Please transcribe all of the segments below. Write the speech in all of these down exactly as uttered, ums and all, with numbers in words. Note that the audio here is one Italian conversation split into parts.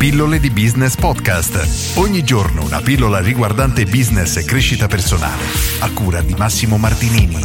Pillole di Business Podcast. Ogni giorno una pillola riguardante business e crescita personale. A cura di Massimo Martinini.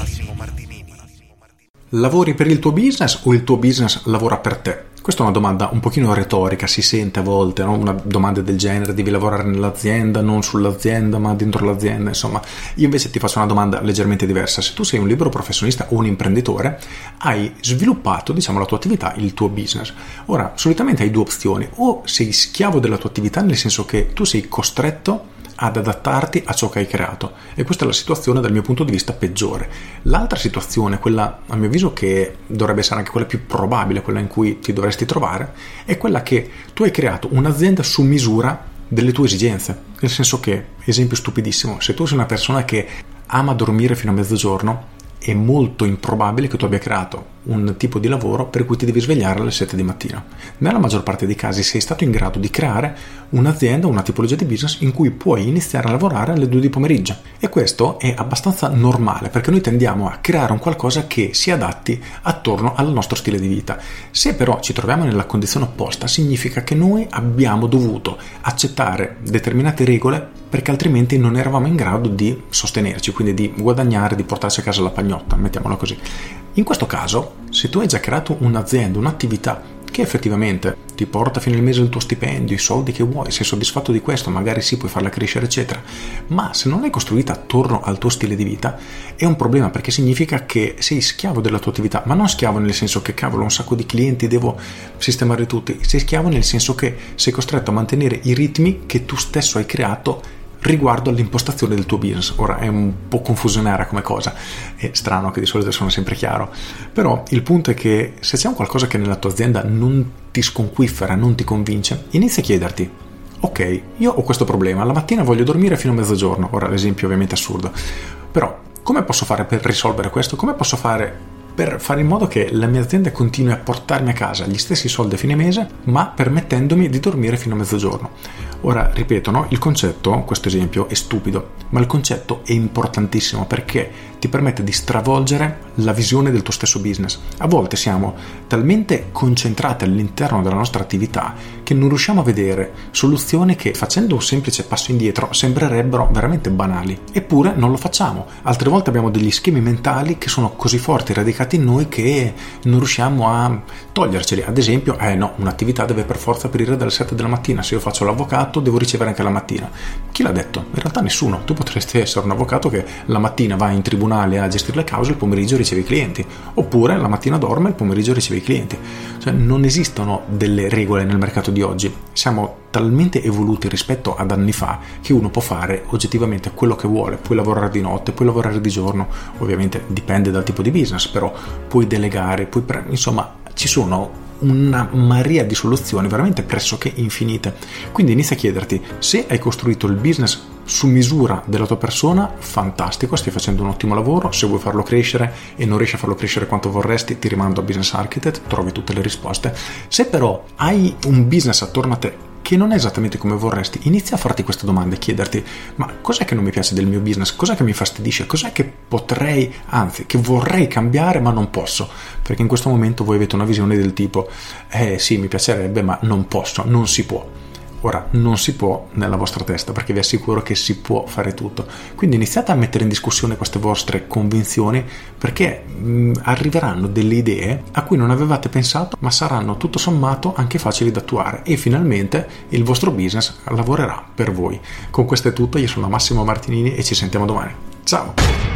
Lavori per il tuo business o il tuo business lavora per te? Questa è una domanda un pochino retorica, si sente a volte, no? Una domanda del genere, devi lavorare nell'azienda, non sull'azienda, ma dentro l'azienda, insomma. Io invece ti faccio una domanda leggermente diversa. Se tu sei un libero professionista o un imprenditore, hai sviluppato, diciamo, la tua attività, il tuo business. Ora, solitamente hai due opzioni: o sei schiavo della tua attività, nel senso che tu sei costretto ad adattarti a ciò che hai creato, e questa è la situazione dal mio punto di vista peggiore. L'altra situazione, quella a mio avviso che dovrebbe essere anche quella più probabile, quella in cui ti dovresti trovare, è quella che tu hai creato un'azienda su misura delle tue esigenze, nel senso che, esempio stupidissimo, se tu sei una persona che ama dormire fino a mezzogiorno, è molto improbabile che tu abbia creato un tipo di lavoro per cui ti devi svegliare alle sette di mattina. Nella maggior parte dei casi sei stato in grado di creare un'azienda, una tipologia di business in cui puoi iniziare a lavorare alle due di pomeriggio, e questo è abbastanza normale perché noi tendiamo a creare un qualcosa che si adatti attorno al nostro stile di vita. Se però ci troviamo nella condizione opposta, significa che noi abbiamo dovuto accettare determinate regole perché altrimenti non eravamo in grado di sostenerci, quindi di guadagnare, di portarci a casa la pagnotta, mettiamola così. In questo caso, se tu hai già creato un'azienda, un'attività che effettivamente ti porta fino al mese il tuo stipendio, i soldi che vuoi, sei soddisfatto di questo, magari sì, puoi farla crescere eccetera, ma se non l'hai costruita attorno al tuo stile di vita è un problema, perché significa che sei schiavo della tua attività, ma non schiavo nel senso che cavolo ho un sacco di clienti, devo sistemare tutti, sei schiavo nel senso che sei costretto a mantenere i ritmi che tu stesso hai creato riguardo all'impostazione del tuo business. Ora è un po' confusionaria come cosa, è strano che di solito sono sempre chiaro, però il punto è che se c'è un qualcosa che nella tua azienda non ti sconquiffera, non ti convince, inizia a chiederti: ok, io ho questo problema, la mattina voglio dormire fino a mezzogiorno. Ora l'esempio ovviamente è assurdo, però come posso fare per risolvere questo? Come posso fare per fare in modo che la mia azienda continui a portarmi a casa gli stessi soldi a fine mese, ma permettendomi di dormire fino a mezzogiorno? Ora, ripeto, no? Il concetto, questo esempio è stupido, ma il concetto è importantissimo perché ti permette di stravolgere la visione del tuo stesso business. A volte siamo talmente concentrati all'interno della nostra attività che non riusciamo a vedere soluzioni che, facendo un semplice passo indietro, sembrerebbero veramente banali, eppure non lo facciamo. Altre volte abbiamo degli schemi mentali che sono così forti, radicati in noi, che non riusciamo a toglierceli. Ad esempio, eh no, un'attività deve per forza aprire dalle sette della mattina, se io faccio l'avvocato devo ricevere anche la mattina. Chi l'ha detto? In realtà nessuno. Tu potresti essere un avvocato che la mattina va in tribunale a gestire le cause, il pomeriggio riceve i clienti, oppure la mattina dorme, il pomeriggio riceve i clienti. Cioè non esistono delle regole nel mercato di oggi, siamo talmente evoluti rispetto ad anni fa che uno può fare oggettivamente quello che vuole. Puoi lavorare di notte, puoi lavorare di giorno, ovviamente dipende dal tipo di business, però puoi delegare, puoi pre- insomma ci sono una marea di soluzioni veramente pressoché infinite. Quindi inizia a chiederti: se hai costruito il business su misura della tua persona, fantastico, stai facendo un ottimo lavoro. Se vuoi farlo crescere e non riesci a farlo crescere quanto vorresti, ti rimando a Business Architect, trovi tutte le risposte. Se però hai un business attorno a te che non è esattamente come vorresti, inizia a farti queste domande e chiederti: ma cos'è che non mi piace del mio business? Cos'è che mi fastidisce? Cos'è che potrei, anzi che vorrei cambiare ma non posso? Perché in questo momento voi avete una visione del tipo: eh sì, mi piacerebbe ma non posso, non si può. Ora, non si può nella vostra testa, perché vi assicuro che si può fare tutto. Quindi iniziate a mettere in discussione queste vostre convinzioni, perché mh, arriveranno delle idee a cui non avevate pensato, ma saranno tutto sommato anche facili da attuare, e finalmente il vostro business lavorerà per voi. Con questo è tutto, io sono Massimo Martinini e ci sentiamo domani. Ciao!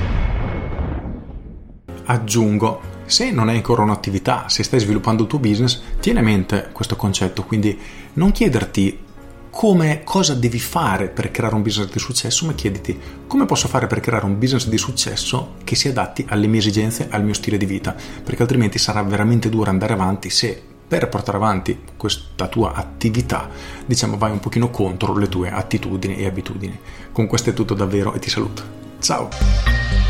Aggiungo: se non hai ancora un'attività, se stai sviluppando il tuo business, tieni a mente questo concetto, quindi non chiederti come, cosa devi fare per creare un business di successo, ma chiediti: come posso fare per creare un business di successo che si adatti alle mie esigenze, al mio stile di vita, perché altrimenti sarà veramente duro andare avanti se per portare avanti questa tua attività, diciamo, vai un pochino contro le tue attitudini e abitudini. Con questo è tutto davvero e ti saluto. Ciao!